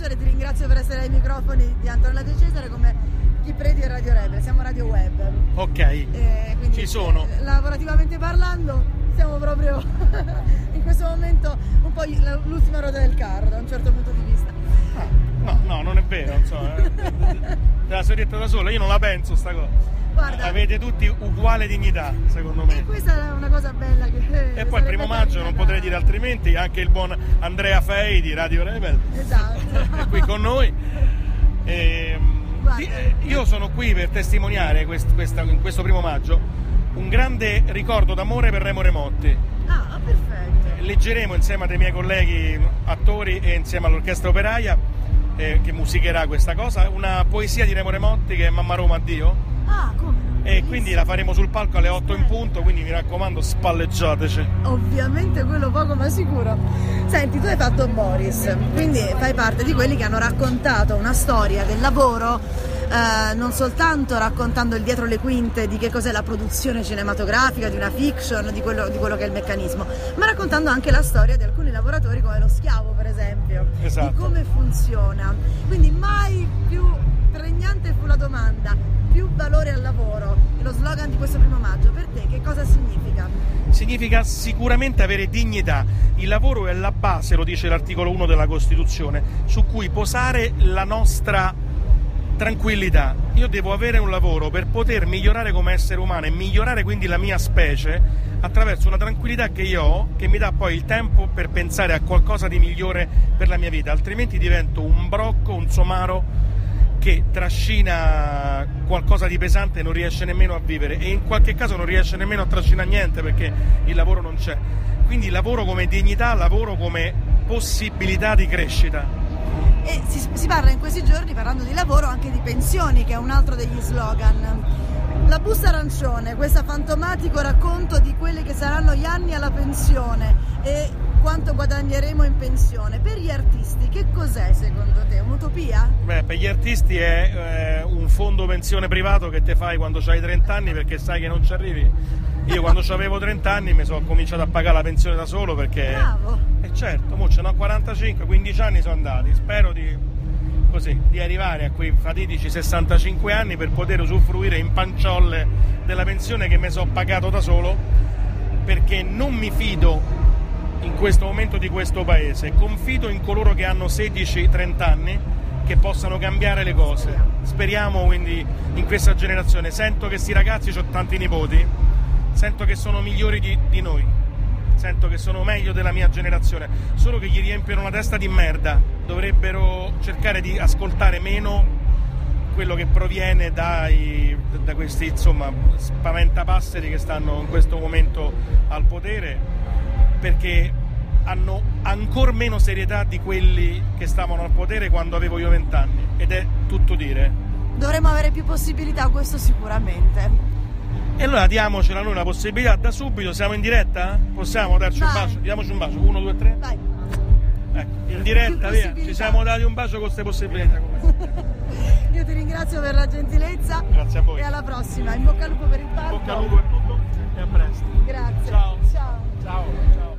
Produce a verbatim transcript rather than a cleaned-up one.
Cesare, ti ringrazio per essere ai microfoni di Antonella De Cesare come Chi Predi e Radio Rebel, siamo Radio Web. Ok, eh, quindi, ci sono. Eh, lavorativamente parlando, siamo proprio in questo momento un po' l'ultima ruota del carro da un certo punto di vista. Ah, no, no, non è vero, insomma, eh, te la sei detta da sola, io non la penso sta cosa. Guarda, avete tutti uguale dignità, secondo me. E questa è una cosa bella che... E poi il primo maggio, non potrei dire altrimenti, anche il buon Andrea Fei di Radio Rebel esatto. è qui con noi. E, io sono qui per testimoniare quest, questa, in questo primo maggio un grande ricordo d'amore per Remo Remotti. Ah, perfetto. Leggeremo insieme a dei miei colleghi attori e insieme all'Orchestra Operaia, eh, che musicherà questa cosa, una poesia di Remo Remotti che è Mamma Roma addio. Ah, come? E quindi la faremo sul palco alle otto in punto, quindi mi raccomando, spalleggiateci. Ovviamente quello poco ma sicuro. Senti, tu hai fatto Boris, quindi fai parte di quelli che hanno raccontato una storia del lavoro, eh, non soltanto raccontando il dietro le quinte di che cos'è la produzione cinematografica, di una fiction, di quello, di quello che è il meccanismo, ma raccontando anche la storia di alcuni lavoratori come lo schiavo, per esempio, esatto. Di come funziona. Quindi mai più pregnante fu la domanda: più valore al lavoro, lo slogan di questo primo maggio, per te che cosa significa? Significa sicuramente avere dignità. Il lavoro è la base, lo dice l'articolo uno della Costituzione, su cui posare la nostra tranquillità. Io devo avere un lavoro per poter migliorare come essere umano e migliorare quindi la mia specie attraverso una tranquillità che io ho, che mi dà poi il tempo per pensare a qualcosa di migliore per la mia vita, altrimenti divento un brocco, un somaro che trascina qualcosa di pesante e non riesce nemmeno a vivere, e in qualche caso non riesce nemmeno a trascinare niente perché il lavoro non c'è. Quindi lavoro come dignità, lavoro come possibilità di crescita. E si, si parla in questi giorni, parlando di lavoro, anche di pensioni, che è un altro degli slogan. La busta arancione, questo fantomatico racconto di quelli che saranno gli anni alla pensione e quanto guadagneremo in pensione. Per gli artisti che cos'è secondo te? Un'utopia? Beh, per gli artisti è eh, un fondo pensione privato che te fai quando hai trenta anni perché sai che non ci arrivi. Io quando avevo trenta anni mi sono cominciato a pagare la pensione da solo perché... Bravo! E certo, mo ce ne ho quarantacinque, quindici anni sono andati, spero di, così, di arrivare a quei fatidici sessantacinque anni per poter usufruire in panciolle della pensione che mi sono pagato da solo, perché non mi fido in questo momento di questo paese, confido in coloro che hanno sedici trenta anni che possano cambiare le cose. Speriamo quindi in questa generazione. Sento che sti ragazzi, ho tanti nipoti, sento che sono migliori di, di noi, sento che sono meglio della mia generazione, solo che gli riempiono la testa di merda. Dovrebbero cercare di ascoltare meno quello che proviene dai, da questi insomma spaventapasseri che stanno in questo momento al potere, perché hanno ancora meno serietà di quelli che stavano al potere quando avevo io vent'anni, ed è tutto dire. Dovremmo avere più possibilità, questo sicuramente. E allora diamocela noi la possibilità da subito. Siamo in diretta? Possiamo darci Vai. un bacio? Diamoci un bacio, uno, due, tre. Vai. Ecco, in diretta, via. Ci siamo dati un bacio con queste possibilità. Io ti ringrazio per la gentilezza. Grazie a voi. E alla prossima. In bocca al lupo per il palco. In bocca al lupo per tutto e a presto. Grazie. Ciao. Ciao. Ciao. Ciao.